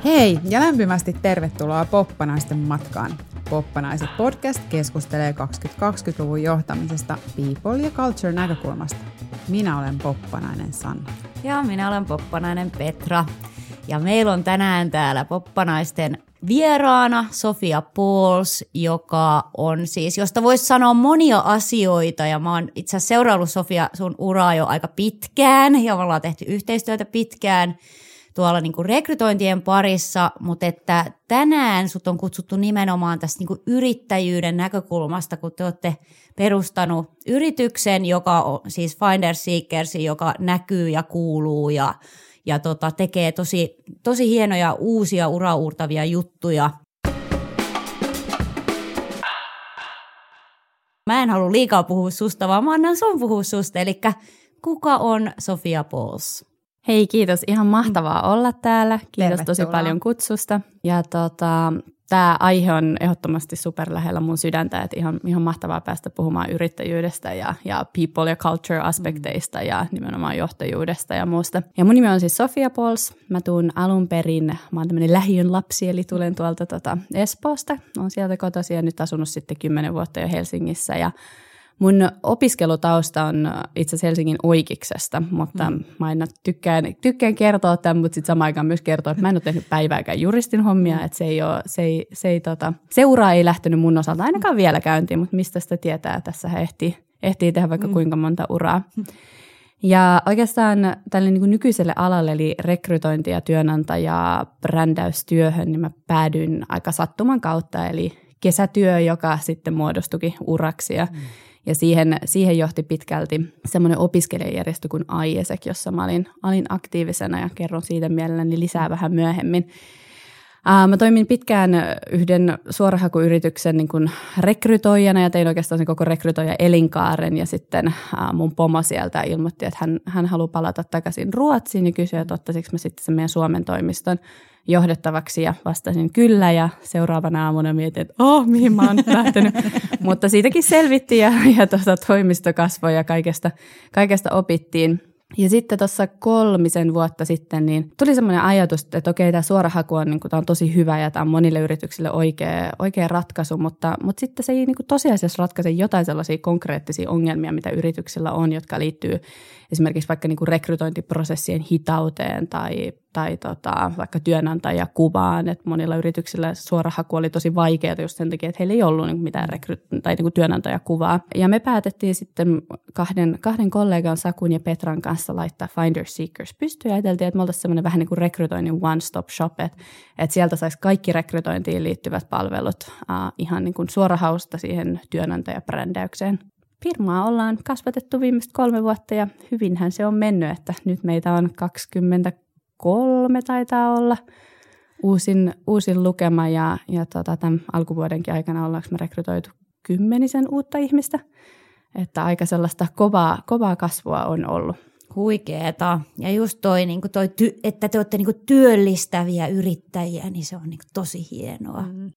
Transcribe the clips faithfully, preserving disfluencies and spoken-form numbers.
Hei ja lämpimästi tervetuloa Poppanaisten matkaan. Poppanaiset podcast keskustelee kaksituhattakaksikymmentäluvun johtamisesta people- ja culture-näkökulmasta. Minä olen poppanainen Sanna. Ja minä olen poppanainen Petra. Ja meillä on tänään täällä poppanaisten vieraana Sofia Pauls, joka on siis, josta voisi sanoa monia asioita. Ja mä oon itse asiassa seuraillut Sofia sun uraa jo aika pitkään ja me ollaan tehty yhteistyötä pitkään tuolla niin kuin rekrytointien parissa, mutta että tänään sut on kutsuttu nimenomaan tästä niin kuin yrittäjyyden näkökulmasta, kun te olette perustanut yrityksen, joka on siis Finder Seekers, joka näkyy ja kuuluu ja, ja tota, tekee tosi, tosi hienoja uusia uraurtavia juttuja. Mä en halua liikaa puhua susta, vaan mä annan sun puhua susta, eli kuka on Sofia Pauls? Hei, kiitos. Ihan mahtavaa olla täällä. Kiitos Tervetuloa. Tosi paljon kutsusta. Ja tota, tämä aihe on ehdottomasti superlähellä mun sydäntä, että ihan, ihan mahtavaa päästä puhumaan yrittäjyydestä ja, ja people- ja culture-aspekteista ja nimenomaan johtajuudesta ja muusta. Ja mun nimi on siis Sofia Pauls. Mä tuun alun perin, mä oon tämmöinen lähiön lapsi, eli tulen tuolta tota Espoosta. Oon sieltä kotoisin ja nyt asunut sitten kymmenen vuotta jo Helsingissä ja mun opiskelutausta on itse asiassa Helsingin Oikiksesta, mutta mm. mä aina tykkään, tykkään kertoa tämän, mutta sitten samaan aikaan myös kertoa, että mä en ole tehnyt päivääkään juristin hommia, mm. että se ei ole, se ei, se ei, tota, seuraa ei lähtenyt mun osalta ainakaan vielä käyntiin, mutta mistä sitä tietää, tässä ehtii, ehtii tehdä vaikka mm. kuinka monta uraa. Ja oikeastaan tälle niin kuin nykyiselle alalle, eli rekrytointi- ja työnantaja brändäystyöhön, niin mä päädyin aika sattuman kautta, eli kesätyö, joka sitten muodostuikin uraksi ja mm. Ja siihen, siihen johti pitkälti semmoinen opiskelijajärjestö kuin I E S E C, jossa mä olin, olin aktiivisena ja kerron siitä mielelläni lisää vähän myöhemmin. Ää, mä toimin pitkään yhden suorahakuyrityksen niin kuin rekrytoijana ja tein oikeastaan sen koko rekrytoija elinkaaren ja sitten ää, mun pomo sieltä ilmoitti, että hän, hän haluaa palata takaisin Ruotsiin ja kysyi, että ottaisiko mä sitten sen meidän Suomen toimiston johdettavaksi ja vastasin kyllä ja seuraavana aamuna mietin, että oh, mihin mä oon lähtenyt. Mutta siitäkin selvittiin ja, ja tuota, toimisto kasvoi ja kaikesta, kaikesta opittiin. Ja sitten tuossa kolmisen vuotta sitten niin tuli semmoinen ajatus, että okei, tämä suorahaku on, niin kuin, tämä on tosi hyvä ja tämä on monille yrityksille oikea, oikea ratkaisu, mutta, mutta sitten se ei niin kuin tosiasiassa ratkaise jotain sellaisia konkreettisia ongelmia, mitä yrityksillä on, jotka liittyy esimerkiksi vaikka niin kuin rekrytointiprosessien hitauteen tai, tai tota, vaikka työnantajakuvaan, että monilla yrityksillä suorahaku oli tosi vaikeaa just sen takia, että heillä ei ollut niin mitään rekry- tai niin kuin työnantajakuvaa. Ja me päätettiin sitten kahden, kahden kollegan Sakun ja Petran kanssa laittaa Finder Seekers pystyyn ja ajateltiin, että me oltaisiin semmoinen vähän niin kuin rekrytoinnin one-stop shop, että, että sieltä saisi kaikki rekrytointiin liittyvät palvelut uh, ihan niin kuin suorahausta siihen työnantajabrändäykseen. Firmaa ollaan kasvatettu viimeiset kolme vuotta ja hyvinhän se on mennyt, että nyt meitä on kaksikymmentäkolme taitaa olla uusin, uusin lukema ja, ja tota, tämän alkuvuodenkin aikana ollaanko me rekrytoitu kymmenisen uutta ihmistä, että aika sellaista kovaa, kovaa kasvua on ollut. Huikeeta. Ja just toi, niin toi ty- että te olette niin työllistäviä yrittäjiä, niin se on niin tosi hienoa. Mm.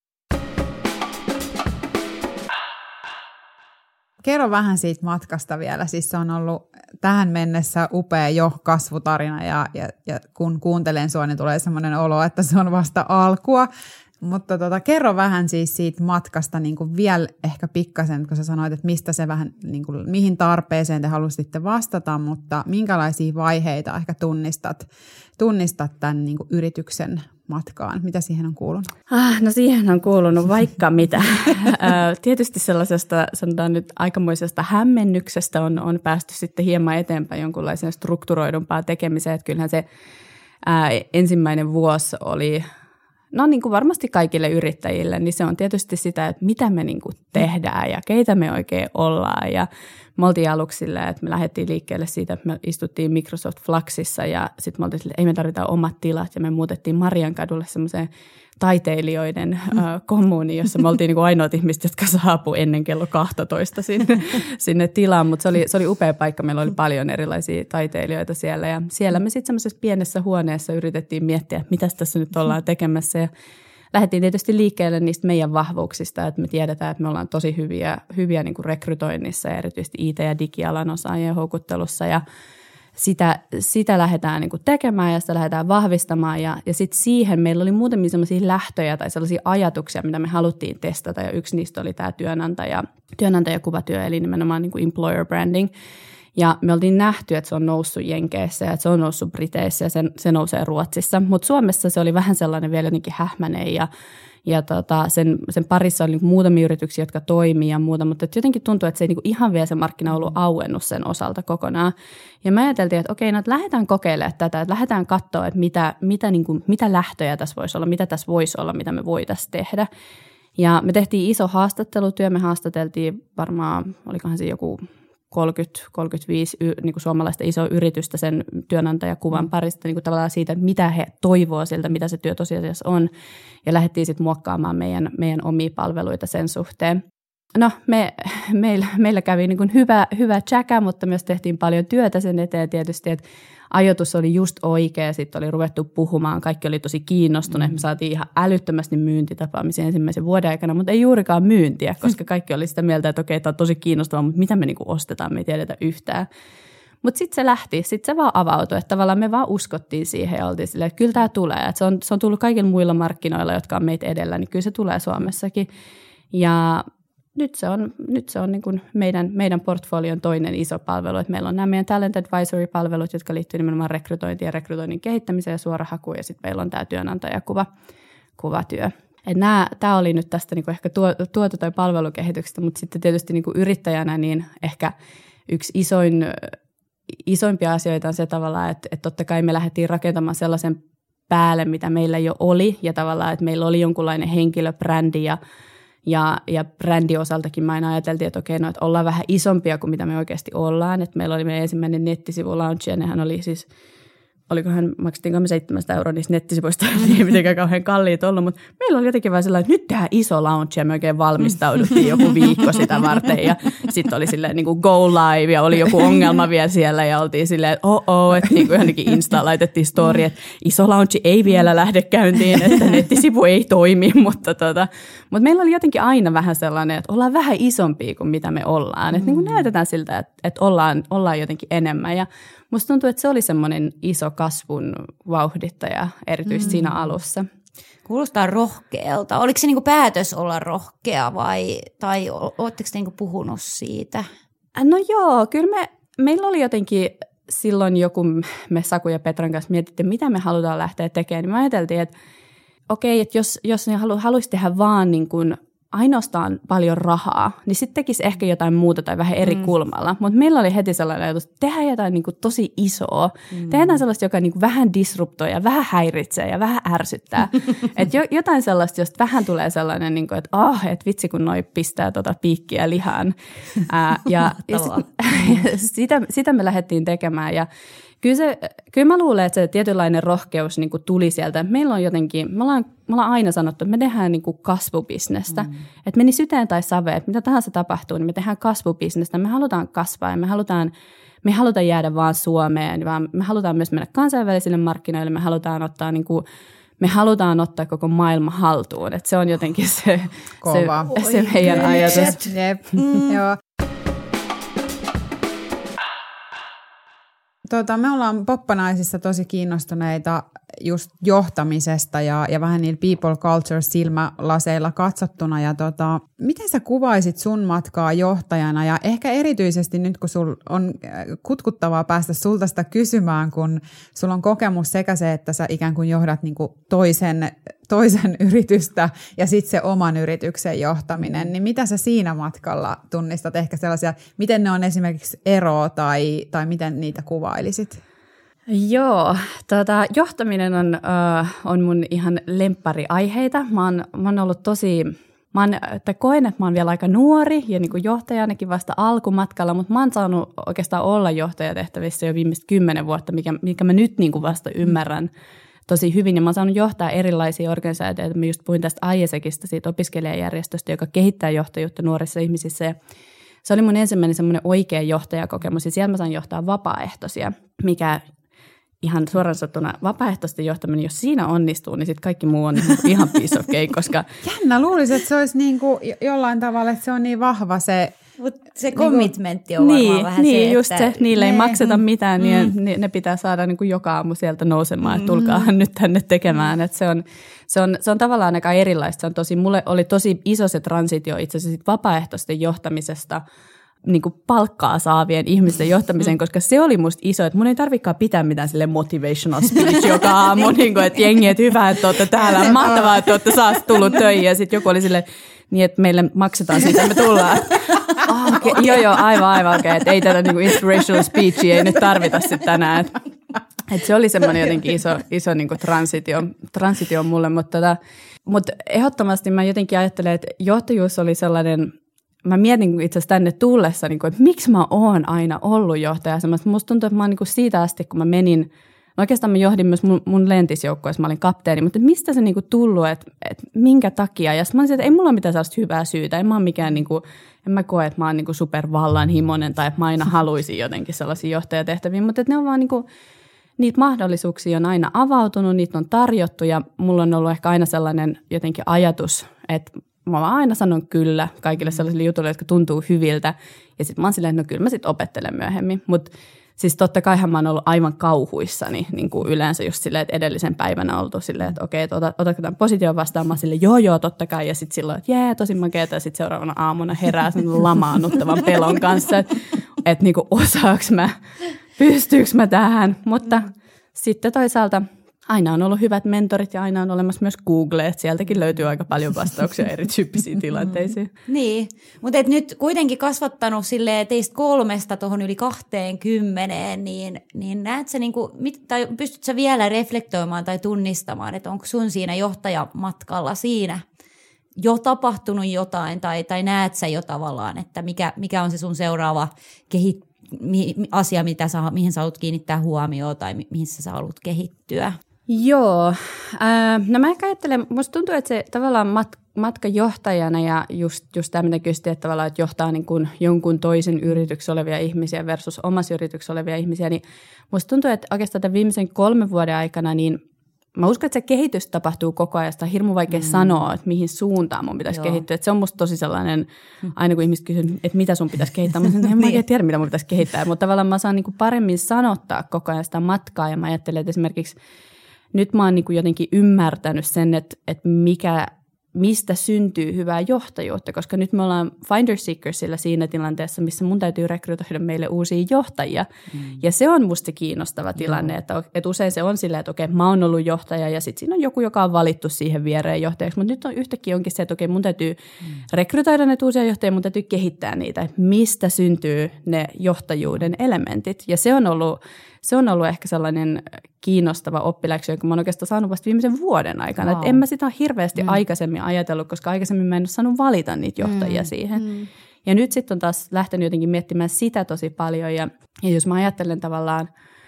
Kerro vähän siitä matkasta vielä. Siis se on ollut tähän mennessä upea jo kasvutarina ja, ja, ja kun kuuntelen sua, niin tulee semmoinen olo, että se on vasta alkua. Mutta tota, kerro vähän siis siitä matkasta niin kuin vielä ehkä pikkasen, kun sä sanoit, että mistä se vähän, niin kuin, mihin tarpeeseen te halusitte vastata, mutta minkälaisia vaiheita ehkä tunnistat, tunnistat tämän niin kuin yrityksen matkaan? Mitä siihen on kuulunut? Ah, no siihen on kuulunut vaikka mitä. Tietysti sellaisesta, sanotaan nyt aikamoisesta hämmennyksestä on, on päästy sitten hieman eteenpäin jonkunlaiseen strukturoidumpaan tekemiseen. Että kyllähän se ää, ensimmäinen vuosi oli, no niin kuin varmasti kaikille yrittäjille, niin se on tietysti sitä, että mitä me niin kuin tehdään ja keitä me oikein ollaan. Ja me oltiin aluksi silleen, että me lähdettiin liikkeelle siitä, että me istuttiin Microsoft Fluxissa ja sitten me oltiin silleen, että ei me tarvita omat tilat ja me muutettiin Mariankadulle semmoiseen taiteilijoiden äh, kommuuniin, jossa me oltiin niin kuin ainoat ihmiset, jotka saapui ennen kello kaksitoista sinne, sinne tilaan, mutta se oli, se oli upea paikka, meillä oli paljon erilaisia taiteilijoita siellä ja siellä me sitten semmoisessa pienessä huoneessa yritettiin miettiä, että mitä tässä nyt ollaan tekemässä ja lähdettiin tietysti liikkeelle niistä meidän vahvuuksista, että me tiedetään, että me ollaan tosi hyviä, hyviä niin kuin rekrytoinnissa ja erityisesti I T- ja digialan osaajien houkuttelussa ja sitä, sitä lähdetään niin kuin tekemään ja sitä lähdetään vahvistamaan. Ja, ja sitten siihen meillä oli muutamia sellaisia lähtöjä tai sellaisia ajatuksia, mitä me haluttiin testata. Ja yksi niistä oli tämä työnantaja, työnantajakuvatyö, eli nimenomaan niin kuin employer branding. Ja me oltiin nähty, että se on noussut Jenkeissä ja että se on noussut Briteissä ja sen, se nousee Ruotsissa. Mutta Suomessa se oli vähän sellainen vielä jotenkin hähmäinen ja, ja tota, sen, sen parissa oli niinku muutamia yrityksiä, jotka toimii ja muuta. Mutta jotenkin tuntuu, että se ei niinku ihan vielä se markkina ollut auennut sen osalta kokonaan. Ja me ajateltiin, että okei, no, että lähdetään kokeilemaan tätä, että lähdetään katsoa, että mitä, mitä, niinku, mitä lähtöjä tässä voisi olla, mitä tässä voisi olla, mitä me voitaisiin tehdä. Ja me tehtiin iso haastattelutyö, me haastateltiin varmaan, olikohan se joku kolmekymmentä kolmekymmentäviisi niin kuin suomalaista isoa yritystä sen työnantajakuvan parista niin kuin tavallaan siitä, mitä he toivoo siltä, mitä se työ tosiasiassa on. Ja lähdettiin sitten muokkaamaan meidän, meidän omia palveluita sen suhteen. No, me, meillä, meillä kävi niin kuin hyvä, hyvä tsäkä, mutta myös tehtiin paljon työtä sen eteen tietysti, että ajoitus oli just oikea, sitten oli ruvettu puhumaan, kaikki oli tosi kiinnostuneet, me saatiin ihan älyttömästi myyntitapaamisia ensimmäisen vuoden aikana, mutta ei juurikaan myyntiä, koska kaikki oli sitä mieltä, että okei, tämä on tosi kiinnostavaa, mutta mitä me niinku ostetaan, me ei tiedetä yhtään. Mutta sitten se lähti, sitten se vaan avautui, että tavallaan me vaan uskottiin siihen ja oltiin silleen, että kyllä tämä tulee, että se on, se on tullut kaikilla muilla markkinoilla, jotka on meitä edellä, niin kyllä se tulee Suomessakin. Ja Nyt se on, nyt se on niin kuin meidän, meidän portfolion toinen iso palvelu, että meillä on nämä meidän Talent Advisory-palvelut, jotka liittyy nimenomaan rekrytointiin ja rekrytoinnin kehittämiseen ja suorahakuun, ja sitten meillä on tämä työnantajakuva, kuvatyö. Et nämä, tämä oli nyt tästä niin kuin ehkä tuo, tuotu toi palvelukehityksestä, mutta sitten tietysti niin kuin yrittäjänä niin ehkä yksi isoin, isoimpia asioita on se tavallaan, että, että totta kai me lähdettiin rakentamaan sellaisen päälle, mitä meillä jo oli, ja tavallaan, että meillä oli jonkunlainen henkilöbrändi ja Ja, ja brändin osaltakin mä aina ajateltiin, että okei, no, että ollaan vähän isompia kuin mitä me oikeasti ollaan. Että meillä oli meidän ensimmäinen nettisivu launch, ja nehän oli siis, olikohan, maksettiinko me seitsemästä euroa niistä nettisivuista, ei mitenkään kauhean kalliit ollut, mutta meillä oli jotenkin vaan sellainen, että nyt tehdään iso launch, ja me oikein valmistauduttiin joku viikko sitä varten, ja sitten oli silleen niin kuin go live, ja oli joku ongelma vielä siellä, ja oltiin silleen, että oh oh, että niin kuin johonkin Insta laitettiin story, että iso launch ei vielä lähde käyntiin, että nettisivu ei toimi, mutta, tota, mutta meillä oli jotenkin aina vähän sellainen, että ollaan vähän isompia kuin mitä me ollaan, että niin kuin näytetään siltä, että, että ollaan, ollaan jotenkin enemmän, ja musta tuntuu, että se oli semmoinen iso kasvun vauhdittaja, erityisesti mm. siinä alussa. Kuulostaa rohkealta. Oliko se niinku päätös olla rohkea vai, tai oletteko te niinku puhunut siitä? No joo, kyllä me, meillä oli jotenkin silloin joku, me Saku ja Petran kanssa mietittiin, mitä me halutaan lähteä tekemään. Niin me ajateltiin, että okei, että jos, jos ne halu, haluaisi tehdä vaan niin kuin ainoastaan paljon rahaa, niin sitten tekisi ehkä jotain muuta tai vähän eri mm. kulmalla. Mutta meillä oli heti sellainen ajatus, että tehdään jotain niin kuin tosi isoa. Mm. Tehdään sellaista, joka niin kuin vähän disruptoi ja vähän häiritsee ja vähän ärsyttää. Että jo, jotain sellaista, josta vähän tulee sellainen, niin kuin, että ah, et vitsi kun noi pistää tota piikkiä lihaan. Ää, ja ja sit, sitä, sitä me lähdettiin tekemään ja Kyllä, se, kyllä mä luulen, että se tietynlainen rohkeus niin kuin tuli sieltä. Meillä on jotenkin, me ollaan, me ollaan aina sanottu, että me tehdään niin kuin kasvubisnestä. Mm. Että meni syteen tai saveen, että mitä tahansa tapahtuu, niin me tehdään kasvubisnestä. Me halutaan kasvaa ja me halutaan, me halutaan jäädä vaan Suomeen, vaan me halutaan myös mennä kansainvälisille markkinoille. Me halutaan ottaa, niin kuin, me halutaan ottaa koko maailma haltuun. Että se on jotenkin se, se, se meidän ajatus. Jep. Mm. Joo. Tota, me ollaan Poppanaisissa tosi kiinnostuneita just johtamisesta ja, ja vähän niillä people culture silmälaseilla katsottuna. Ja tota, miten sä kuvaisit sun matkaa johtajana ja ehkä erityisesti nyt, kun sul on kutkuttavaa päästä sulta sitä kysymään, kun sulla on kokemus sekä se, että sä ikään kuin johdat niin kuin toisen, toisen yritystä ja sitten se oman yrityksen johtaminen, niin mitä sä siinä matkalla tunnistat ehkä sellaisia, miten ne on esimerkiksi eroa tai, tai miten niitä kuvailisit? Joo, tota, johtaminen on, äh, on mun ihan lemppariaiheita. Mä oon, mä oon ollut tosi, mä oon, että koen, että mä oon vielä aika nuori ja niin kuin johtajanakin vasta alkumatkalla, mutta mä oon saanut oikeastaan olla johtajatehtävissä jo viimeiset kymmenen vuotta, mikä, mikä mä nyt niin kuin vasta ymmärrän tosi hyvin. Ja mä oon saanut johtaa erilaisia organisaatioita. Mä just puhuin tästä I E S E Cistä, siitä opiskelijajärjestöstä, joka kehittää johtajuutta nuorissa ihmisissä. Ja se oli mun ensimmäinen semmoinen oikea johtajakokemus ja siellä mä sain johtaa vapaaehtoisia, mikä ihan suoraan sanottuna vapaaehtoisten johtaminen, jos siinä onnistuu, niin sitten kaikki muu on ihan piece of cake, koska... Jännä, luulisin, että se olisi niin kuin jollain tavalla, että se on niin vahva se Mutta se commitmentti on varmaan niin, vähän niin, se, just että... se, niille ei ne, makseta mitään, niin mm. ne, ne pitää saada niin kuin joka aamu sieltä nousemaan, että tulkaahan mm. nyt tänne tekemään. Että se, on, se, on, se on tavallaan aika erilaista. Se on tosi, mulle oli tosi iso se transitio itse asiassa vapaaehtoisten johtamisesta niin kuin palkkaa saavien ihmisten johtamiseen, koska se oli musta iso, että mun ei tarvikaan pitää mitään sille motivational speech joka aamu, niin kuin, että jengi, että hyvä, että olette täällä, mahtavaa, että olette saas tullut töihin, ja sitten joku oli silleen, niin että meille maksetaan siitä, me tullaan. Oh, okay. Joo, joo, aivan, aivan okei, okay. Että ei tätä niin kuin inspirational speechia ei nyt tarvita sitten tänään. Että et se oli semmoinen jotenkin iso, iso niin kuin transitio, transitio mulle, mutta, tota, mutta ehdottomasti mä jotenkin ajattelen, että johtajuus oli sellainen, mä mietin itse asiassa tänne tullessa, niin kuin, että miksi mä oon aina ollut johtaja. Musta tuntuu, että mä oon niin kuin siitä asti, kun mä menin, no oikeastaan mä johdin myös mun, mun lentisjoukkueessa, mä olin kapteeni, mutta mistä se niin kuin tullut, että, että minkä takia? Ja mä olisin, että ei mulla ole mitään sellaista hyvää syytä, en mä ole mikään, niin kuin, en mä koe, että mä oon niin kuin supervallanhimoinen tai että mä aina haluaisin jotenkin sellaisia johtajatehtäviä, mutta että ne on vaan niin kuin, niitä mahdollisuuksia on aina avautunut, niitä on tarjottu ja mulla on ollut ehkä aina sellainen jotenkin ajatus, että mä aina sanon kyllä kaikille sellaisille jutuille, jotka tuntuu hyviltä. Ja sitten mä oon silleen, että no kyllä mä sitten opettelen myöhemmin. Mutta siis totta kaihan mä oon ollut aivan kauhuissani niin kuin yleensä just silleen, että edellisen päivänä oltu silleen, että okei, että ota, otatko tämän position vastaan? Mä oon silleen, joo joo, totta kai. Ja sitten silloin, että jee, tosi makeeta. Ja sitten seuraavana aamuna herää sen lamaannuttavan pelon kanssa, että et, niin kuin osaaks mä, pystyykö mä tähän. Mutta sitten toisaalta aina on ollut hyvät mentorit ja aina on olemassa myös Google, että sieltäkin löytyy aika paljon vastauksia erityyppisiin tilanteisiin. Niin, mutta nyt kuitenkin kasvattanut silleen teistä kolmesta tuohon yli kahteenkymmeneen, niin, niin näet sä niinku, mit, tai pystyt sä vielä reflektoimaan tai tunnistamaan, että onko sun siinä johtajamatkalla siinä jo tapahtunut jotain tai, tai näet sä jo tavallaan, että mikä, mikä on se sun seuraava kehit, mi, asia, mitä sä, mihin sä haluat kiinnittää huomioon tai mi, mihin sä haluat kehittyä? Joo, äh, no mä ehkä ajattelen, musta tuntuu, että se tavallaan mat, matkajohtajana ja just, just tämä, mitä kysyttiin, että tavallaan, että johtaa niin kuin jonkun toisen yrityksessä olevia ihmisiä versus omassa yrityksessä olevia ihmisiä, niin musta tuntuu, että oikeastaan tämän viimeisen kolmen vuoden aikana, niin mä uskon, että se kehitys tapahtuu koko ajan, sitä on hirmu vaikea mm. sanoa, että mihin suuntaan mun pitäisi Joo. kehittyä. Että se on musta tosi sellainen, aina kun ihmiset kysyvät, että mitä sun pitäisi kehittää, mä sanon, että en mä oikein tiedä, mitä mun pitäisi kehittää, mutta tavallaan mä saan niin kuin paremmin sanottaa koko ajan sitä matkaa ja mä ajattelen, että esimerkiksi nyt mä oon niin kuin jotenkin ymmärtänyt sen, että, että mikä, mistä syntyy hyvää johtajuutta, koska nyt me ollaan Finder Seekersillä siinä tilanteessa, missä mun täytyy rekrytoida meille uusia johtajia. Mm. Ja se on musta kiinnostava tilanne, että, että usein se on silleen, että okei, mä oon ollut johtaja ja sitten siinä on joku, joka on valittu siihen viereen johtajaksi. Mutta nyt on yhtäkkiä onkin se, että okei, mun täytyy mm. rekrytoida näitä uusia johtajia, mun täytyy kehittää niitä, että mistä syntyy ne johtajuuden elementit. Ja se on ollut... Se on ollut ehkä sellainen kiinnostava oppiläksy, jonka mä oon oikeastaan saanut vasta viimeisen vuoden aikana. Wow. En mä sitä hirveästi mm. aikaisemmin ajatellut, koska aikaisemmin mä en ole saanut valita niitä johtajia mm. siihen. Mm. Ja nyt sitten on taas lähtenyt jotenkin miettimään sitä tosi paljon. Ja, ja jos mä ajattelen tavallaan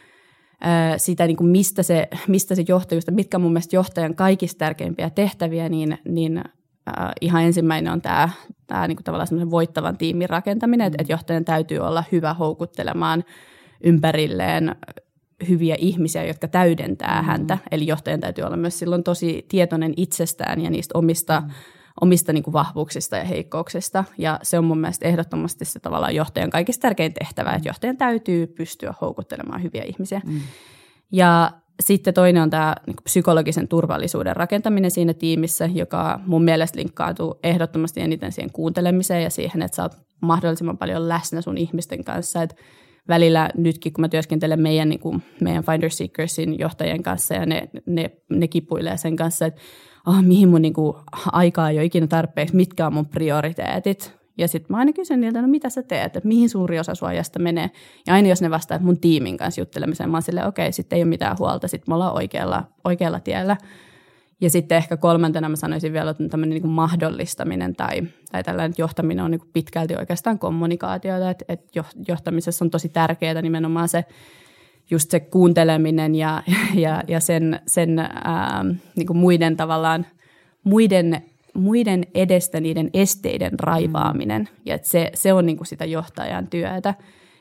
ää, sitä, niin kuin mistä, se, mistä se johtajuus, mitkä on mun mielestä johtajan kaikista tärkeimpiä tehtäviä, niin, niin ää, ihan ensimmäinen on tämä, tämä niin kuin tavallaan semmoisen voittavan tiimin rakentaminen, mm. että, että johtajan täytyy olla hyvä houkuttelemaan ympärilleen hyviä ihmisiä, jotka täydentää mm. häntä. Eli johtajan täytyy olla myös silloin tosi tietoinen itsestään ja niistä omista, mm. omista niin kuin vahvuuksista ja heikkouksista. Ja se on mun mielestä ehdottomasti se tavallaan johtajan kaikista tärkein tehtävä, mm. että johtajan täytyy pystyä houkuttelemaan hyviä ihmisiä. Mm. Ja sitten toinen on tämä niin kuin psykologisen turvallisuuden rakentaminen siinä tiimissä, joka mun mielestä linkkautuu ehdottomasti eniten siihen kuuntelemiseen ja siihen, että sä oot mahdollisimman paljon läsnä sun ihmisten kanssa, että välillä nytkin, kun mä työskentelen meidän, niin kuin, meidän Finder Seekersin johtajien kanssa ja ne, ne, ne kipuilee sen kanssa, että oh, mihin mun niin kuin, aikaa ei ole ikinä tarpeeksi, mitkä on mun prioriteetit. Ja sitten mä aina kysyn niiltä, no mitä sä teet, että mihin suuri osa sun ajasta menee. Ja aina jos ne vastaa, että mun tiimin kanssa juttelemiseen, mä oon silleen, okei, okay, sitten ei ole mitään huolta, sitten me ollaan oikealla, oikealla tiellä. Ja sitten ehkä kolmantena mä sanoisin vielä, että tämmöinen niin kuin mahdollistaminen tai, tai tällainen johtaminen on niin kuin pitkälti oikeastaan kommunikaatiota, että, että johtamisessa on tosi tärkeää nimenomaan se, just se kuunteleminen ja, ja, ja sen, sen ää, niin kuin muiden tavallaan, muiden, muiden edestä niiden esteiden raivaaminen. Ja että se, se on niin kuin sitä johtajan työtä.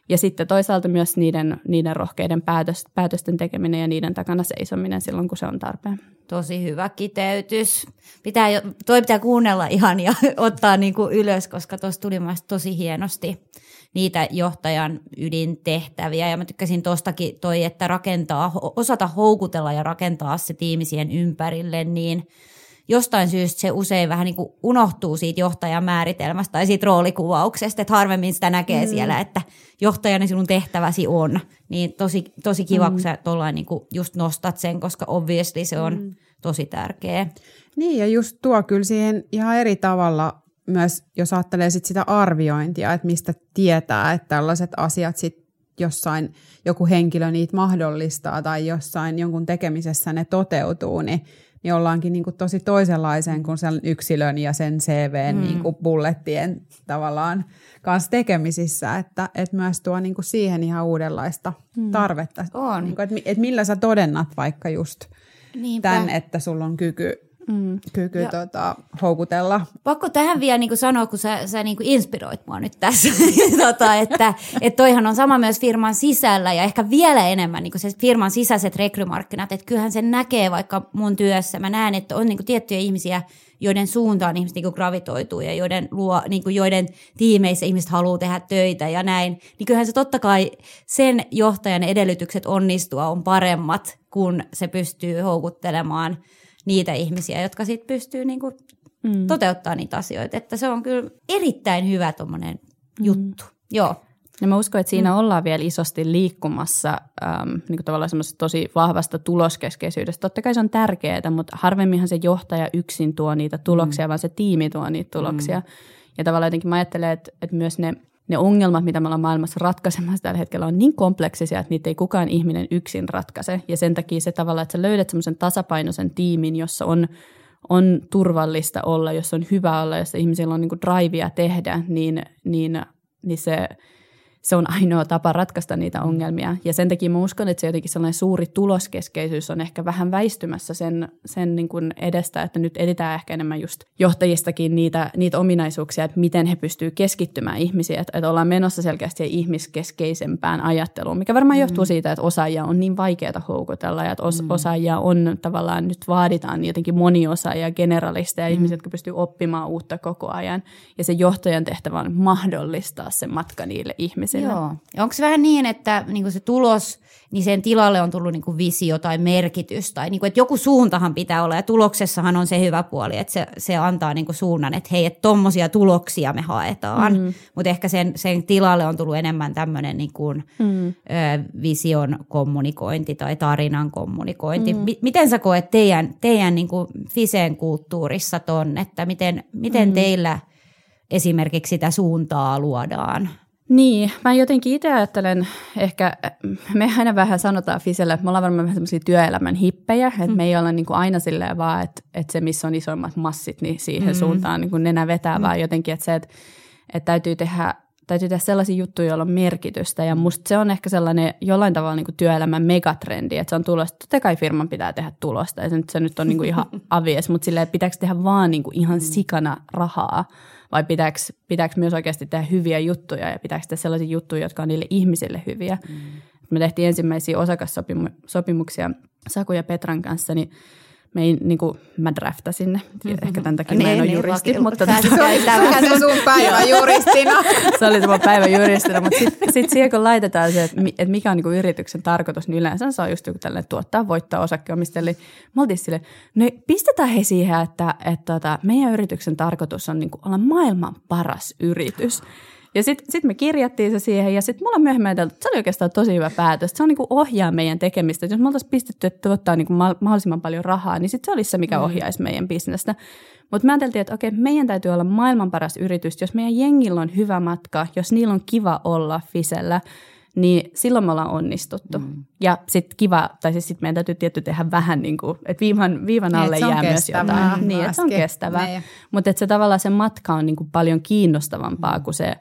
Ja sitten toisaalta myös niiden, niiden rohkeiden päätös, päätösten tekeminen ja niiden takana seisominen silloin, kun se on tarpeen. Tosi hyvä kiteytys. Pitää, toi pitää kuunnella ihan ja ottaa niin kuin ylös, koska tuossa tuli myös tosi hienosti niitä johtajan ydintehtäviä. Ja mä tykkäsin tuostakin toi, että rakentaa, osata houkutella ja rakentaa se tiimi siihen ympärille, niin jostain syystä se usein vähän niin kuin unohtuu siitä johtajan määritelmästä tai siitä roolikuvauksesta, että harvemmin sitä näkee mm. siellä, että johtajana sinun tehtäväsi on. Niin tosi, tosi kiva, mm. kun sä tollain niin kuin just nostat sen, koska obviously se on mm. tosi tärkeä. Niin, ja just tuo kyllä siihen ihan eri tavalla myös, jos ajattelee sit sitä arviointia, että mistä tietää, että tällaiset asiat sit jossain joku henkilö niitä mahdollistaa tai jossain jonkun tekemisessä ne toteutuu, niin niin ollaankin niin kuin tosi toisenlaisen kuin sen yksilön ja sen C V:n mm. niin kuin bullettien tavallaan kanssa tekemisissä, että, että myös tuo niin kuin siihen ihan uudenlaista mm. tarvetta. On. Niin kuin, että, että millä sä todennat vaikka just Niinpä. Tämän, että sulla on kyky, mm. kyky tota, houkutella. Pakko tähän vielä niin kuin sanoa, kun sä, sä niin kuin inspiroit mua nyt tässä, tota, että et toihan on sama myös firman sisällä ja ehkä vielä enemmän niin kuin se firman sisäiset rekrymarkkinat, että kyllähän sen näkee vaikka mun työssä. Mä näen, että on niin kuin tiettyjä ihmisiä, joiden suuntaan ihmiset niin kuin gravitoituu ja joiden, luo, niin kuin joiden tiimeissä ihmiset haluaa tehdä töitä ja näin. Niin kyllähän se totta kai sen johtajan edellytykset onnistua on paremmat, kun se pystyy houkuttelemaan niitä ihmisiä, jotka sitten pystyy niinku mm. toteuttamaan niitä asioita. Että se on kyllä erittäin hyvä tommoinen mm. juttu. Joo. Ja mä uskon, että siinä mm. ollaan vielä isosti liikkumassa ähm, niin kuin tavallaan semmoisesta tosi vahvasta tuloskeskeisyydestä. Totta kai se on tärkeää, mutta harvemminhan se johtaja yksin tuo niitä tuloksia, mm. vaan se tiimi tuo niitä tuloksia. Mm. Ja tavallaan jotenkin mä ajattelen, että, että myös ne, ne ongelmat, mitä me ollaan maailmassa ratkaisemassa tällä hetkellä, on niin kompleksisia, että niitä ei kukaan ihminen yksin ratkaise. Ja sen takia se tavallaan, että sä löydät semmoisen tasapainoisen tiimin, jossa on, on turvallista olla, jossa on hyvä olla, jossa ihmisillä on niin kuin drivea tehdä, niin, niin, niin se... Se on ainoa tapa ratkaista niitä ongelmia. Ja sen takia mä uskon, että se jotenkin sellainen suuri tuloskeskeisyys on ehkä vähän väistymässä sen, sen niin kuin edestä, että nyt editään ehkä enemmän just johtajistakin niitä, niitä ominaisuuksia, että miten he pystyvät keskittymään ihmisiä. Että, että ollaan menossa selkeästi ihmiskeskeisempään ajatteluun, mikä varmaan johtuu siitä, että osaajia on niin vaikeaa houkutella ja että os, osaajia on tavallaan, nyt vaaditaan jotenkin moniosaajia, generalisteja, mm. ihmisiä, jotka pystyvät oppimaan uutta koko ajan. Ja se johtajan tehtävä on mahdollistaa se matka niille ihmisille. Joo. Onko se vähän niin, että niinku se tulos, niin sen tilalle on tullut niinku visio tai merkitys, tai niinku, että joku suuntahan pitää olla, ja tuloksessahan on se hyvä puoli, että se, se antaa niinku suunnan, että hei, että tommosia tuloksia me haetaan, mm. mutta ehkä sen, sen tilalle on tullut enemmän tämmöinen niinku, mm. ö, vision kommunikointi tai tarinan kommunikointi. Mm. M- miten sä koet teidän, teidän niinku Fiseen kulttuurissa ton, että miten, miten mm. teillä esimerkiksi sitä suuntaa luodaan? Niin, mä jotenkin itse ajattelen, ehkä me aina vähän sanotaan Fisellä, että me ollaan varmaan vähän semmoisia työelämän hippejä, että mm. me ei olla niin kuin aina silleen vaan, että, että se missä on isoimmat massit, niin siihen mm. suuntaan niin kuin nenä vetää, mm. vaan jotenkin, että se, että, että täytyy tehdä, täytyy tehdä sellaisia juttuja, joilla on merkitystä, ja musta se on ehkä sellainen jollain tavalla niin kuin työelämän megatrendi, että se on tulosta, totta kai firman pitää tehdä tulosta, ja se nyt, se nyt on niin kuin ihan avies, mutta silleen, että pitääkö tehdä vaan niin kuin ihan sikana rahaa, vai pitääkö, pitääkö myös oikeasti tehdä hyviä juttuja ja pitääkö tehdä sellaisia juttuja, jotka on niille ihmisille hyviä. Mm. Me tehtiin ensimmäisiä osakassopimuksia Saku ja Petran kanssa, niin me ei, niin kuin, mä draftasin ne. Ehkä tämän takia mä en ole juristi. Mutta se oli se sun päivä juristina. Se oli se mun päivä juristina, mutta sitten sit siihen kun laitetaan se, että mikä on niin kuin yrityksen tarkoitus, niin yleensä se on just joku tällainen tuottaa, voittaa osakkeomistajille. Me oltiin silleen, no pistetään he siihen, että, että, että meidän yrityksen tarkoitus on niin kuin olla maailman paras yritys. Ja sitten sit me kirjattiin se siihen ja sitten mulla on myöhemmin ajateltu, että se oli oikeastaan tosi hyvä päätös. Se on niin kuin ohjaa meidän tekemistä. Jos me oltaisiin pistetty, että tuottaa niin kuin mahdollisimman paljon rahaa, niin sitten se olisi se, mikä ohjaisi meidän bisnestä. Mutta me ajateltiin, että okei, meidän täytyy olla maailman paras yritys. Jos meidän jengillä on hyvä matka, jos niillä on kiva olla Fisellä, niin silloin me ollaan onnistuttu. Mm. Ja sitten kiva, tai siis sitten meidän täytyy tietty tehdä vähän niin kuin, että viivan, viivan alle jää kestävää. Myös jotain. Niin, että se on kestävää. Mutta että se tavallaan se matka on niin kuin paljon kiinnostavampaa kuin se,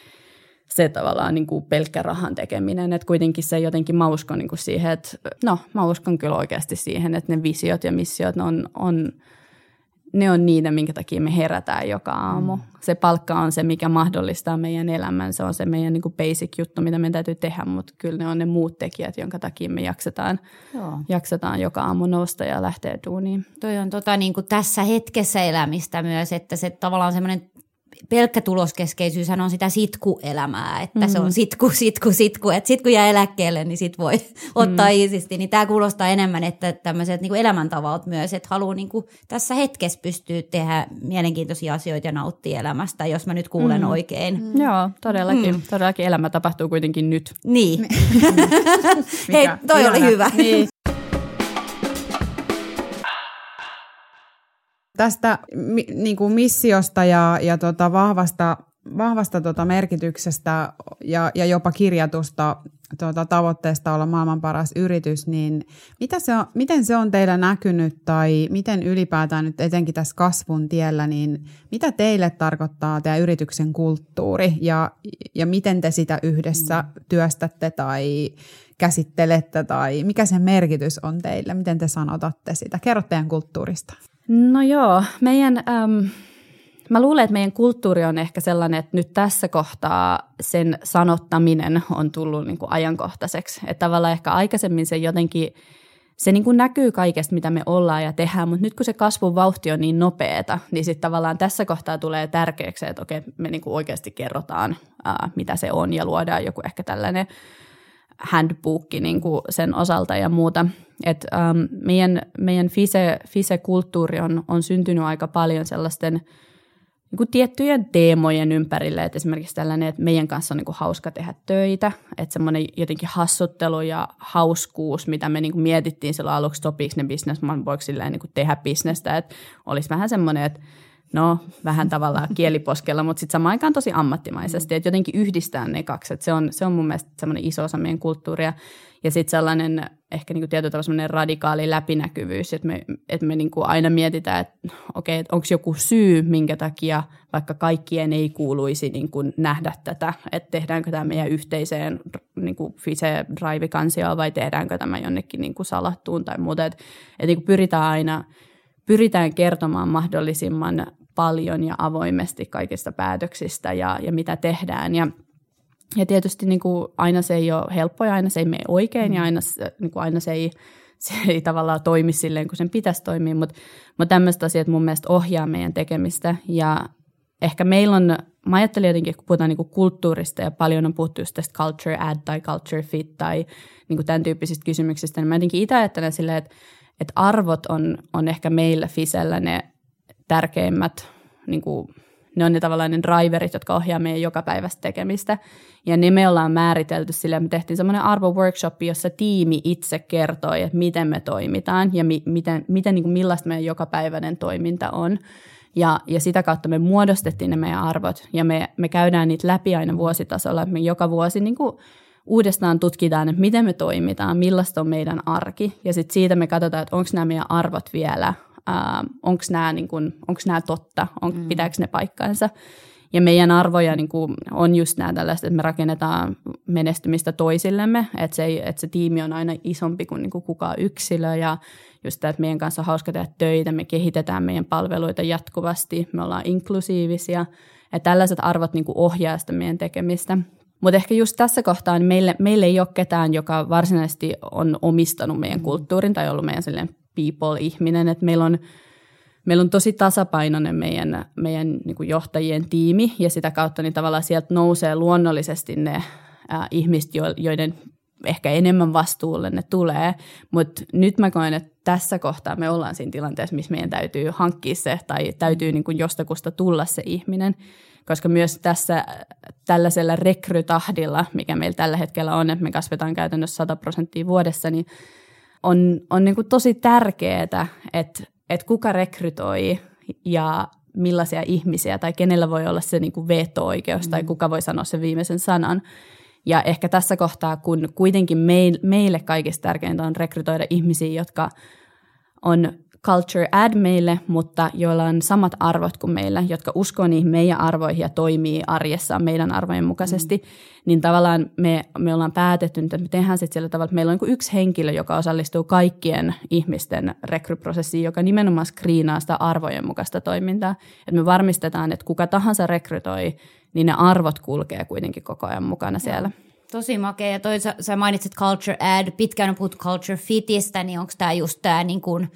se tavallaan niin kuin pelkkä rahan tekeminen. Että kuitenkin se jotenkin, mä uskon niin kuin siihen, että no mä uskon kyllä oikeasti siihen, että ne visiot ja missiot on, on ne on niitä, minkä takia me herätään joka aamu. Mm. Se palkka on se, mikä mahdollistaa meidän elämän. Se on se meidän niin kuin basic juttu, mitä meidän täytyy tehdä, mutta kyllä ne on ne muut tekijät, jonka takia me jaksetaan, jaksetaan joka aamu nousta ja lähteä duuniin. Toi on tota, niin kuin tässä hetkessä elämistä myös, että se tavallaan semmoinen pelkkä tuloskeskeisyyshän on sitä sitkuelämää, että mm-hmm. se on sitku, sitku, sitku, että sit kun jää eläkkeelle, niin sit voi ottaa mm-hmm. iisisti, niin tämä kuulostaa enemmän, että tämmöiset niin kuin elämäntavat myös, että haluaa niin kuin tässä hetkessä pystyä tehdä mielenkiintoisia asioita ja nauttia elämästä, jos mä nyt kuulen mm-hmm. oikein. Mm-hmm. Joo, todellakin. Mm. Todellakin elämä tapahtuu kuitenkin nyt. Niin. Hei, toi Ihana. Oli hyvä. Niin. Tästä mi, niin kuin missiosta ja, ja tota vahvasta, vahvasta tota merkityksestä ja, ja jopa kirjatusta tota tavoitteesta olla maailman paras yritys, niin mitä se on, miten se on teillä näkynyt tai miten ylipäätään nyt etenkin tässä kasvun tiellä, niin mitä teille tarkoittaa teidän yrityksen kulttuuri ja, ja miten te sitä yhdessä työstätte tai käsittelette tai mikä sen merkitys on teille, miten te sanotatte sitä? Kerro teidän kulttuurista. No joo, meidän, äm, mä luulen, että meidän kulttuuri on ehkä sellainen, että nyt tässä kohtaa sen sanottaminen on tullut niin kuin ajankohtaiseksi. Että tavallaan ehkä aikaisemmin se jotenkin, se niin kuin näkyy kaikesta, mitä me ollaan ja tehdään, mutta nyt kun se kasvun vauhti on niin nopeata, niin sitten tavallaan tässä kohtaa tulee tärkeäksi, että okei, me niin kuin oikeasti kerrotaan, ää, mitä se on ja luodaan joku ehkä tällainen handbookki niin kuin sen osalta ja muuta. Et, ähm, meidän meidän fise, fise-kulttuuri on, on syntynyt aika paljon sellaisten niin kuin tiettyjen teemojen ympärille, että esimerkiksi tällainen, että meidän kanssa on niin kuin hauska tehdä töitä, että semmoinen jotenkin hassuttelu ja hauskuus, mitä me niin kuin mietittiin silloin aluksi, sopiiko ne businessman, voiko silleen niin kuin tehdä bisnestä, että olisi vähän semmoinen, että no vähän tavallaan kieliposkella, mutta sitten samaan aikaan tosi ammattimaisesti, että jotenkin yhdistää ne kaksi, että se on, se on mun mielestä semmoinen iso osa meidän kulttuuria. Ja sitten sellainen ehkä niinku tietyllä tavalla semmoinen radikaali läpinäkyvyys, että me, että me niinku aina mietitään, että okei, että onko joku syy, minkä takia vaikka kaikkien ei kuuluisi niinku nähdä tätä, että tehdäänkö tämä meidän yhteiseen niinku Fise-drive-kansioon vai tehdäänkö tämä jonnekin niinku salattuun tai muuta, että et niinku pyritään aina, pyritään kertomaan mahdollisimman paljon ja avoimesti kaikista päätöksistä ja, ja mitä tehdään ja Ja tietysti niin kuin aina se ei ole helppoa ja aina se ei mene oikein ja aina, niin kuin aina se, ei, se ei tavallaan toimi silleen, kun sen pitäisi toimia, mutta, mutta tämmöiset asiat mun mielestä ohjaa meidän tekemistä ja ehkä meillä on, mä ajattelin jotenkin, kun puhutaan niin kuin kulttuurista ja paljon on puhuttu just tästä culture add tai culture fit tai niin kuin tämän tyyppisistä kysymyksistä, niin mä jotenkin itse ajattelen silleen, että, että arvot on, on ehkä meillä Fisellä ne tärkeimmät niin kuin ne on ne tavallaan ne driverit, jotka ohjaa meidän jokapäiväistä tekemistä. Ja ne me ollaan määritelty sillä, me tehtiin semmoinen arvo-workshop, jossa tiimi itse kertoi, että miten me toimitaan ja mi- miten, miten, niin kuin millaista meidän jokapäiväinen toiminta on. Ja, ja sitä kautta me muodostettiin ne meidän arvot ja me, me käydään niitä läpi aina vuositasolla. Me joka vuosi niin kuin uudestaan tutkitaan, että miten me toimitaan, millaista on meidän arki. Ja sitten siitä me katsotaan, että onko nämä meidän arvot vielä Uh, onko nämä niin kun, totta, on, mm. pitääkö ne paikkansa. Ja meidän arvoja niin kun, on just nämä tällaiset, että me rakennetaan menestymistä toisillemme, että se, että se tiimi on aina isompi kuin, niin kuin kukaan yksilö ja just tämä, että meidän kanssa on hauska tehdä töitä, me kehitetään meidän palveluita jatkuvasti, me ollaan inklusiivisia ja tällaiset arvot niin kuin ohjaa sitä meidän tekemistä. Mutta ehkä just tässä kohtaa niin meille, meille ei ole ketään, joka varsinaisesti on omistanut meidän kulttuurin tai ollut meidän silleen people-ihminen, että meillä on, meillä on tosi tasapainoinen meidän, meidän niin kuin johtajien tiimi ja sitä kautta niin tavallaan sieltä nousee luonnollisesti ne ää, ihmiset, joiden ehkä enemmän vastuulle ne tulee, mutta nyt mä koen, että tässä kohtaa me ollaan siinä tilanteessa, missä meidän täytyy hankkia se tai täytyy niin kuin jostakusta tulla se ihminen, koska myös tässä tällaisella rekrytahdilla, mikä meillä tällä hetkellä on, että me kasvetaan käytännössä sata prosenttia vuodessa, niin on, on niin kuin tosi tärkeää, että, että kuka rekrytoi ja millaisia ihmisiä tai kenellä voi olla se niin kuin veto-oikeus mm. tai kuka voi sanoa sen viimeisen sanan. Ja ehkä tässä kohtaa, kun kuitenkin meil, meille kaikista tärkeintä on rekrytoida ihmisiä, jotka on culture add meille, mutta joilla on samat arvot kuin meillä, jotka uskoo niihin meidän arvoihin ja toimii arjessaan meidän arvojen mukaisesti, mm. niin tavallaan me, me ollaan päätetty, että me tehdään sitten sillä tavalla, että meillä on niin yksi henkilö, joka osallistuu kaikkien ihmisten rekryprosessiin, joka nimenomaan screenaa sitä arvojen mukaista toimintaa. Että me varmistetaan, että kuka tahansa rekrytoi, niin ne arvot kulkee kuitenkin koko ajan mukana siellä. Tosi makea. Ja toi, sä, sä mainitsit culture add, pitkään on puhuttu culture fitistä, niin onko tämä just tämä niin kuin,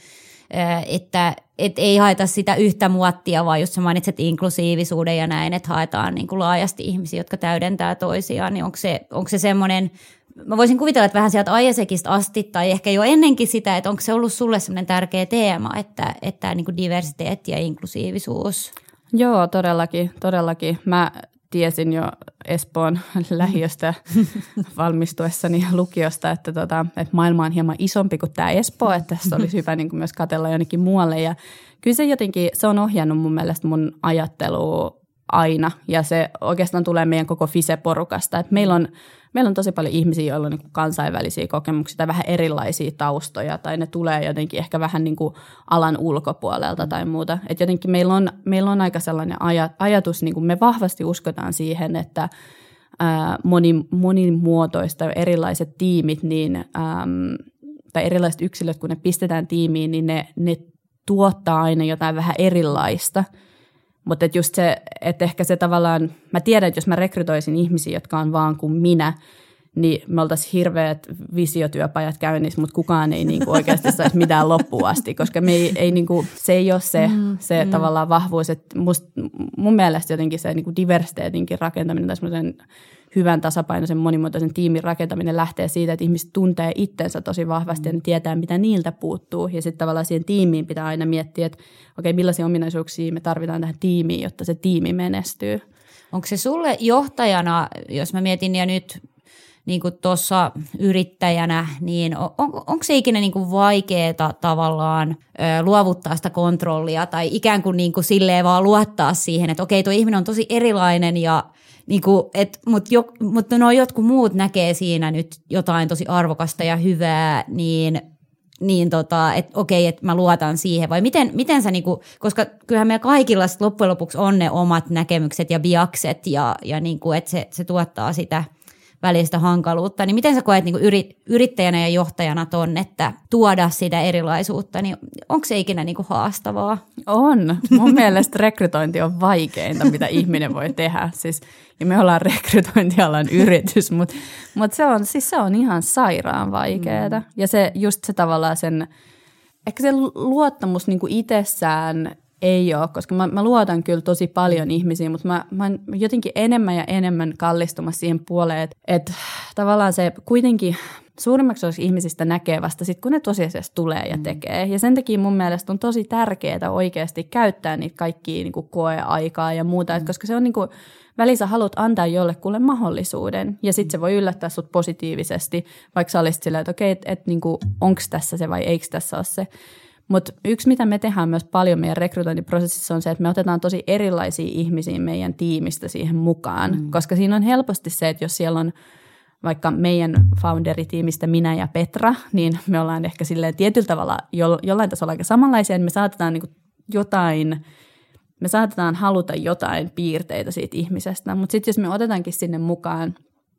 että et ei haeta sitä yhtä muottia, vaan just sä mainitset inklusiivisuuden ja näin, että haetaan niin kuin laajasti ihmisiä, jotka täydentää toisiaan, niin onko se, onko se semmoinen, mä voisin kuvitella, että vähän sieltä Aiesekista asti tai ehkä jo ennenkin sitä, että onko se ollut sulle semmoinen tärkeä teema, että, että niin kuin diversiteetti ja inklusiivisuus? Joo, todellakin, todellakin. Mä tiesin jo Espoon lähiöstä valmistuessani lukiosta, että, tota, että maailma on hieman isompi kuin tämä Espoo, että tässä olisi hyvä niin kuin myös katsella jonnekin muualle. Ja kyllä se jotenkin, se on ohjannut mun mielestä mun ajattelua aina, ja se oikeastaan tulee meidän koko Fise-porukasta. Että meillä on, meillä on tosi paljon ihmisiä, joilla on niin kuin kansainvälisiä kokemuksia tai vähän erilaisia taustoja, tai ne tulee jotenkin ehkä vähän niin kuin alan ulkopuolelta tai muuta. Että jotenkin meillä on, meillä on aika sellainen ajatus, niin kuin me vahvasti uskotaan siihen, että ää, moni, monimuotoista erilaiset tiimit, niin, äm, tai erilaiset yksilöt, kun ne pistetään tiimiin, niin ne, ne tuottaa aina jotain vähän erilaista. Mutta et just se, että ehkä se tavallaan, mä tiedän, että jos mä rekrytoisin ihmisiä, jotka on vaan kuin minä, niin me oltaisiin hirveät visiotyöpajat käynnissä, mutta kukaan ei niinku oikeasti saisi mitään loppuun asti, koska me ei, ei niinku, se ei ole se, mm, se mm. tavallaan vahvuus. Että must, mun mielestä jotenkin se niinku diversiteetinkin rakentaminen tai semmoisen hyvän tasapainoisen monimuotoisen tiimin rakentaminen lähtee siitä, että ihmiset tuntee itsensä tosi vahvasti ja ne tietää, mitä niiltä puuttuu. Ja sitten tavallaan siihen tiimiin pitää aina miettiä, että okei, millaisia ominaisuuksia me tarvitaan tähän tiimiin, jotta se tiimi menestyy. Onko se sulle johtajana, jos mä mietin ja nyt niin kuin tuossa yrittäjänä, niin on, onko se ikinä niin kuin vaikeaa tavallaan ö, luovuttaa sitä kontrollia tai ikään kuin, niin kuin silleen vaan luottaa siihen, että okei, tuo ihminen on tosi erilainen ja niin kuin, et, mutta jo, mut no jotkut muut näkee siinä nyt jotain tosi arvokasta ja hyvää, niin, niin tota, että okei, että mä luotan siihen. Vai miten, miten sä, niinku, koska kyllähän meillä kaikilla sit loppujen lopuksi on ne omat näkemykset ja biakset, ja, ja niinku, että se, se tuottaa sitä välistä hankaluutta. Niin miten sä koet niinku yrit, yrittäjänä ja johtajana ton, että tuoda sitä erilaisuutta, niin onko se ikinä niinku haastavaa? On. Mun mielestä rekrytointi on vaikeinta, mitä ihminen voi tehdä. Siis, ja me ollaan rekrytointialan yritys, mutta mut se, on, siis se on ihan sairaan vaikeaa. Mm. Ja se just se tavallaan sen, ehkä se luottamus niinku itsessään ei ole, koska mä, mä luotan kyllä tosi paljon ihmisiin, mutta mä, mä oon jotenkin enemmän ja enemmän kallistumassa siihen puoleen, että, että tavallaan se kuitenkin suurimmaksi osassa ihmisistä näkee vasta sitten, kun ne tosiasiassa tulee ja tekee. Ja sen takia mun mielestä on tosi tärkeää oikeasti käyttää niitä kaikkia niin kuin koeaikaa ja muuta, että koska se on niin kuin, välissä haluat antaa jollekulle mahdollisuuden ja sitten se voi yllättää sut positiivisesti, vaikka sä olisit silleen, että okei, että et, niin onko tässä se vai eikö tässä ole se. Mutta yksi, mitä me tehdään myös paljon meidän rekrytointiprosessissa on se, että me otetaan tosi erilaisia ihmisiä meidän tiimistä siihen mukaan, mm. koska siinä on helposti se, että jos siellä on vaikka meidän founderitiimistä minä ja Petra, niin me ollaan ehkä silleen tietyllä tavalla jo, jollain tasolla aika samanlaisia, niin me saatetaan niin kuin jotain, me saatetaan haluta jotain piirteitä siitä ihmisestä, mutta sitten jos me otetaankin sinne mukaan,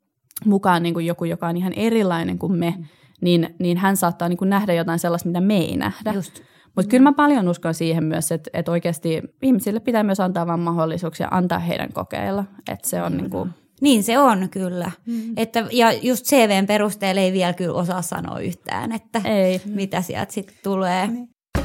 mukaan niin kuin joku, joka on ihan erilainen kuin me, mm. Niin, niin hän saattaa niin kuin nähdä jotain sellaista, mitä me ei nähdä. Mutta kyllä mä paljon uskon siihen myös, että, että oikeasti ihmisille pitää myös antaa vaan mahdollisuuksia antaa heidän kokeilla. Että se on mm. niin kuin... Niin se on kyllä. Mm. Että, ja just C V:n perusteella ei vielä kyllä osaa sanoa yhtään, että ei. Mitä sieltä sitten tulee. Niin.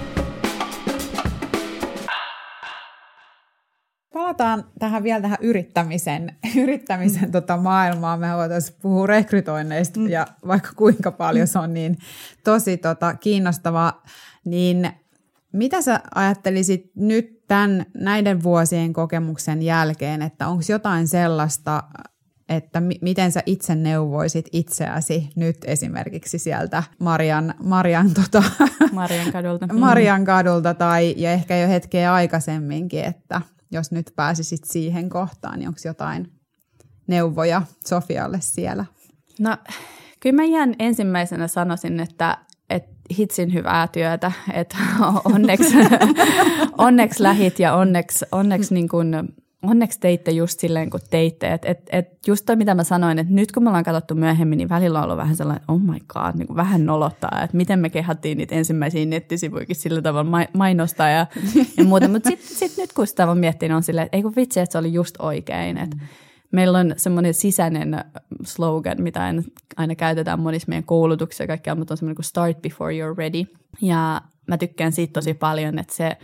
Palataan tähän vielä tähän yrittämisen, yrittämisen tota maailmaan. Me voitaisiin puhua rekrytoinneista mm. ja vaikka kuinka paljon se on niin tosi tota kiinnostavaa. Niin mitä sä ajattelisit nyt tämän, näiden vuosien kokemuksen jälkeen, että onko jotain sellaista, että m- miten sä itse neuvoisit itseäsi nyt esimerkiksi sieltä Marian, Marian, tota, Marian kadulta, Marian kadulta tai ja ehkä jo hetkeä aikaisemminkin, että jos nyt pääsisit siihen kohtaan, niin onko jotain neuvoja Sofialle siellä? No kyllä mä ihan ensimmäisenä sanoisin, että, että hitsin hyvää työtä, että onneksi, onneksi lähit ja onneksi, onneksi, niin kuin, onneksi teitte just silleen, kun teitte. Että et, et just toi, mitä mä sanoin, että nyt kun me ollaan katsottu myöhemmin, niin välillä on ollut vähän sellainen, oh my god, niin kuin vähän nolottaa, että miten me kehattiin niitä ensimmäisiä nettisivuikin sillä tavalla mainostaa ja, ja muuta. Mutta sitten sit nyt kun sitä on miettinyt, on silleen, että ei kun vitsi, että se oli just oikein, että meillä on semmoinen sisäinen slogan, mitä aina, aina käytetään monissa meidän koulutuksissa ja kaikkea, mutta on semmoinen kuin start before you're ready. Ja mä tykkään siitä tosi paljon, että se,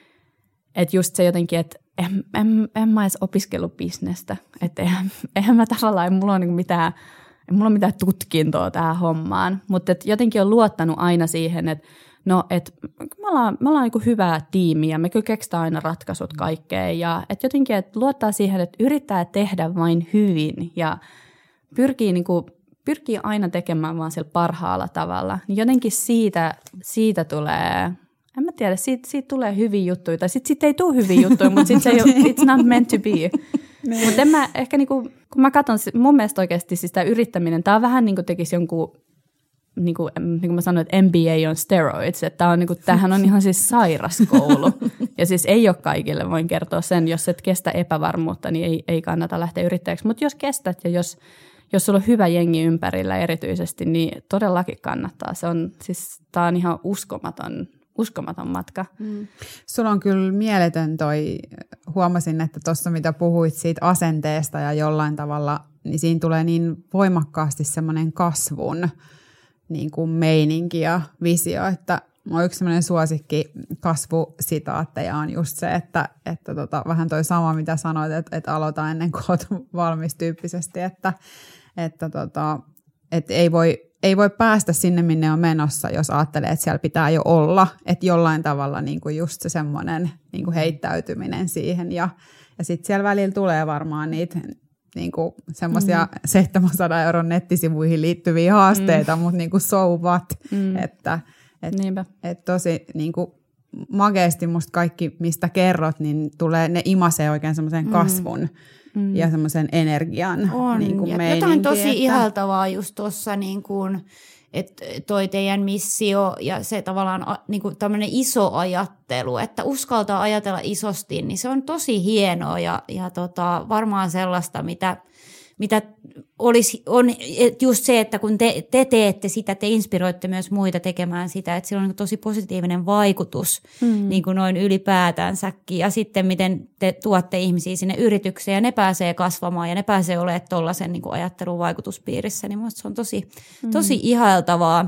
että just se jotenkin, että en, en, en mä edes opiskellut bisnestä. Että eihän, eihän mä tavallaan, mulla on niinku mitään, mulla on mitään tutkintoa tähän hommaan, mutta jotenkin on luottanut aina siihen, että no, että me ollaan, me ollaan niin kuin hyvää tiimiä, me kyllä keksitään aina ratkaisut kaikkeen ja että jotenkin, että luottaa siihen, että yrittää tehdä vain hyvin ja pyrkii, niin kuin, pyrkii aina tekemään vaan sillä parhaalla tavalla. Niin jotenkin siitä, siitä tulee, en mä tiedä, siitä, siitä tulee hyviä juttuja tai sitten sit ei tule hyviä juttuja, mutta sitten se ei ole, it's not meant to be. Mutta en mä ehkä, niin kuin, kun mä katson, mun mielestä oikeasti siis tämä yrittäminen, tämä on vähän niin kuin tekisi jonkun, niin kuin, niin kuin mä sanoin, että M B A on steroids, että on, niin kuin, tämähän on ihan siis sairas koulu. Ja siis ei ole kaikille, voin kertoa sen, jos et kestä epävarmuutta, niin ei, ei kannata lähteä yrittäjäksi. Mutta jos kestät ja jos, jos sulla on hyvä jengi ympärillä erityisesti, niin todellakin kannattaa. Se on, siis, tää on ihan uskomaton, uskomaton matka. Mm. Sulla on kyllä mieletön toi, huomasin, että tuossa mitä puhuit siitä asenteesta ja jollain tavalla, niin siinä tulee niin voimakkaasti semmoinen kasvun niin kuin meininki ja visio, että mun yksi semmoinen suosikki kasvusitaatteja on just se, että, että tota, vähän toi sama, mitä sanoit, että, että aloita ennen kuin olet valmis tyyppisesti, että, että, tota, että ei, voi, ei voi päästä sinne, minne on menossa, jos ajattelee, että siellä pitää jo olla, että jollain tavalla niin kuin just se semmoinen niin kuin heittäytyminen siihen ja, ja sitten siellä välillä tulee varmaan niitä niinku semmoisia mm. seitsemänsadan euron nettisivuihin liittyviä haasteita, mm. mutta niinku so what, mm. että et, et tosi niinku makeasti musta kaikki, mistä kerrot, niin tulee, ne imasee oikein semmoisen kasvun mm. ja semmoisen energian on, niinku ja meininki. jotain tosi että ihaltavaa just tuossa niin kuin, että toi teidän missio ja se tavallaan niin kuin tämmöinen iso ajattelu, että uskaltaa ajatella isosti, niin se on tosi hienoa ja, ja tota, varmaan sellaista, mitä, mitä olisi, on just se, että kun te, te teette sitä, te inspiroitte myös muita tekemään sitä, että sillä on niin tosi positiivinen vaikutus mm. niin kuin noin ylipäätänsäkin ja sitten miten te tuotte ihmisiä sinne yritykseen ja ne pääsee kasvamaan ja ne pääsee olemaan tuollaisen niin kuin ajattelun vaikutuspiirissä, niin minusta se on tosi, mm. tosi ihailtavaa.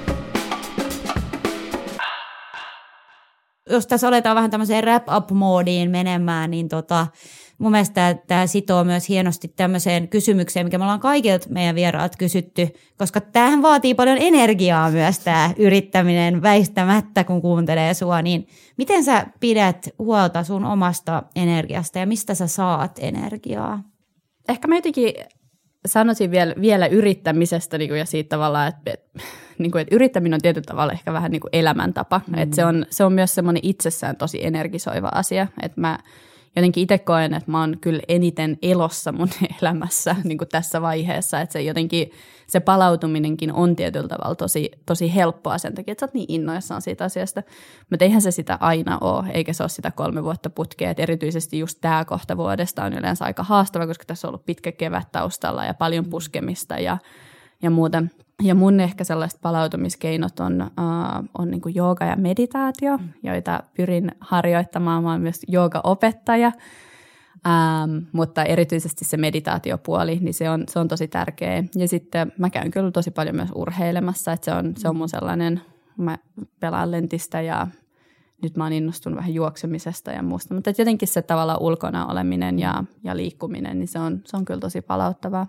Jos tässä aletaan vähän tämmöiseen wrap-up-moodiin menemään, niin tota, mun mielestä tämä, tämä sitoo myös hienosti tämmöiseen kysymykseen, mikä me ollaan kaikilta meidän vieraat kysytty, koska tämähän vaatii paljon energiaa myös tämä yrittäminen väistämättä, kun kuuntelee sua, niin miten sä pidät huolta sun omasta energiasta ja mistä sä saat energiaa? Ehkä mä jotenkin sanoisin vielä, vielä yrittämisestä niin kuin, ja siitä tavallaan, että, että, niin kuin, että yrittäminen on tietyllä tavalla ehkä vähän niin kuin elämäntapa. Mm-hmm. Että se, on, se on myös semmoinen itsessään tosi energisoiva asia, että mä jotenkin itse koen, että mä oon kyllä eniten elossa mun elämässä niin kuin tässä vaiheessa, että se jotenkin se palautuminenkin on tietyllä tavalla tosi, tosi helppoa sen takia, että sä oot niin innoissaan siitä asiasta. Mutta eihän se sitä aina ole, eikä se ole sitä kolme vuotta putkea, että erityisesti just tämä kohta vuodesta on yleensä aika haastava, koska tässä on ollut pitkä kevät taustalla ja paljon puskemista ja, ja muuta. Ja mun ehkä sellaiset palautumiskeinot on, uh, on niin kuin jooga ja meditaatio, joita pyrin harjoittamaan. Mä oon myös joogaopettaja, um, mutta erityisesti se meditaatiopuoli, niin se on, se on tosi tärkeä. Ja sitten mä käyn kyllä tosi paljon myös urheilemassa, että se on, se on mun sellainen, mä pelaan lentistä ja nyt mä oon innostunut vähän juoksemisesta ja muusta. Mutta jotenkin se tavallaan ulkona oleminen ja, ja liikkuminen, niin se on, se on kyllä tosi palauttavaa.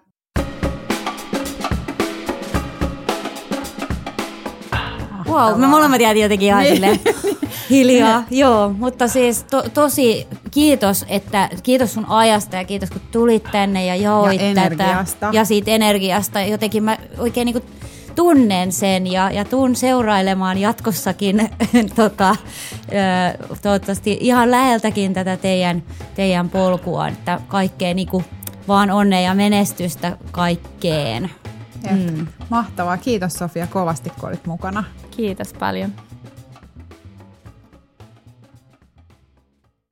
Wow, me molemmat jäätiin jotenkin ihan silleen hiljaa. Joo, mutta siis to, tosi kiitos, että kiitos sun ajasta ja kiitos kun tulit tänne ja jaoit ja tätä. Ja siitä energiasta. Jotenkin mä oikein niin kuin tunnen sen ja, ja tuun seurailemaan jatkossakin tota, toivottavasti ihan läheltäkin tätä teidän, teidän polkua, että kaikkea niin kuin vaan onnea ja menestystä kaikkeen. Mm. Mahtavaa. Kiitos Sofia kovasti, kun olit mukana. Kiitos paljon.